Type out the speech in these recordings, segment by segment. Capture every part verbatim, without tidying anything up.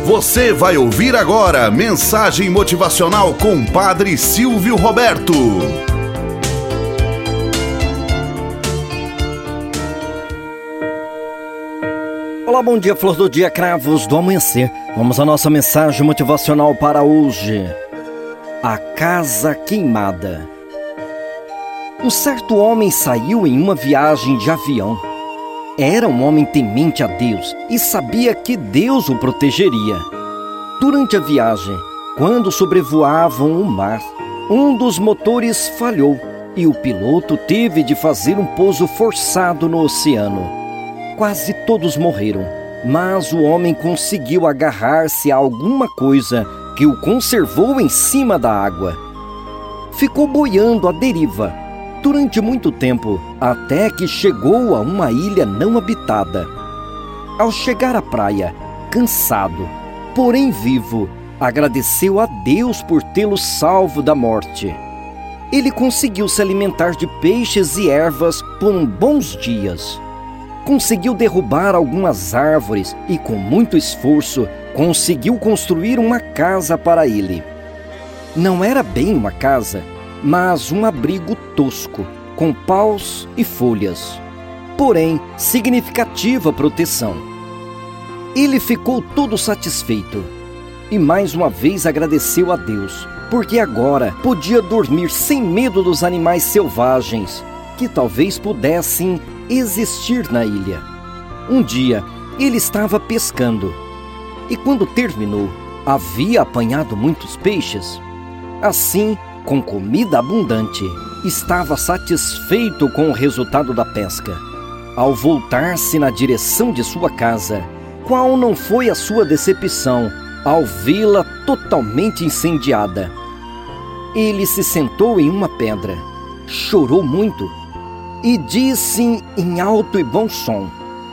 Você vai ouvir agora mensagem motivacional com Padre Silvio Roberto. Olá, bom dia, flor do dia, cravos do amanhecer. Vamos à nossa mensagem motivacional para hoje. A casa queimada. Um certo homem saiu em uma viagem de avião. Era um homem temente a Deus e sabia que Deus o protegeria. Durante a viagem, quando sobrevoavam o mar, um dos motores falhou e o piloto teve de fazer um pouso forçado no oceano. Quase todos morreram, mas o homem conseguiu agarrar-se a alguma coisa que o conservou em cima da água. Ficou boiando à deriva durante muito tempo, até que chegou a uma ilha não habitada. Ao chegar à praia, cansado, porém vivo, agradeceu a Deus por tê-lo salvo da morte. Ele conseguiu se alimentar de peixes e ervas por bons dias. Conseguiu derrubar algumas árvores e, com muito esforço, conseguiu construir uma casa para ele. Não era bem uma casa, mas um abrigo tosco, com paus e folhas, porém significativa proteção. Ele ficou todo satisfeito e mais uma vez agradeceu a Deus, porque agora podia dormir sem medo dos animais selvagens que talvez pudessem existir na ilha. Um dia ele estava pescando e, quando terminou, havia apanhado muitos peixes. Assim, com comida abundante, estava satisfeito com o resultado da pesca. Ao voltar-se na direção de sua casa, qual não foi a sua decepção ao vê-la totalmente incendiada? Ele se sentou em uma pedra, chorou muito e disse em alto e bom som: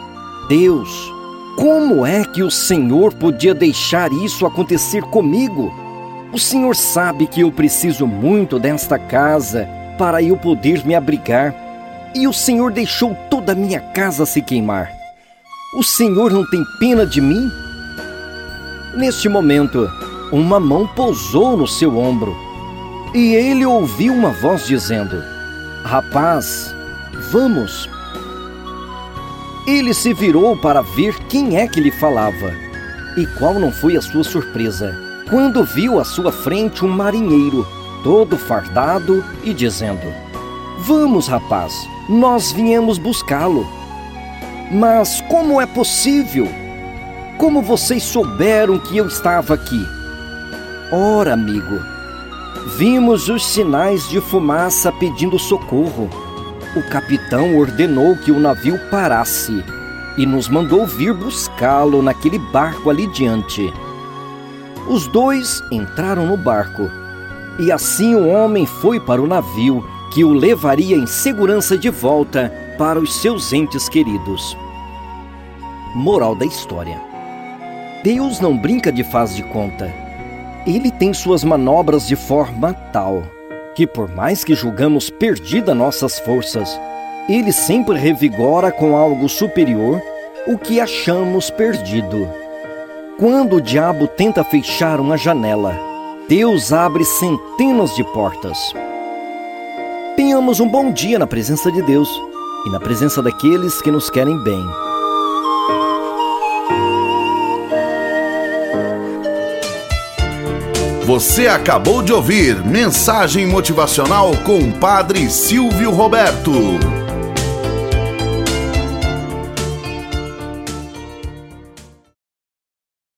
Deus, como é que o Senhor podia deixar isso acontecer comigo? O Senhor sabe que eu preciso muito desta casa para eu poder me abrigar, e o Senhor deixou toda a minha casa se queimar. O Senhor não tem pena de mim? Neste momento, uma mão pousou no seu ombro, e ele ouviu uma voz dizendo: Rapaz, vamos. Ele se virou para ver quem é que lhe falava, e qual não foi a sua surpresa quando viu à sua frente um marinheiro, todo fardado e dizendo: Vamos, rapaz, nós viemos buscá-lo. Mas como é possível? Como vocês souberam que eu estava aqui? Ora, amigo, vimos os sinais de fumaça pedindo socorro. O capitão ordenou que o navio parasse e nos mandou vir buscá-lo naquele barco ali diante. Os dois entraram no barco, e assim o homem foi para o navio que o levaria em segurança de volta para os seus entes queridos. Moral da história: Deus não brinca de faz de conta. Ele tem suas manobras de forma tal que, por mais que julgamos perdida nossas forças, Ele sempre revigora com algo superior o que achamos perdido. Quando o diabo tenta fechar uma janela, Deus abre centenas de portas. Tenhamos um bom dia na presença de Deus e na presença daqueles que nos querem bem. Você acabou de ouvir mensagem motivacional com Padre Silvio Roberto.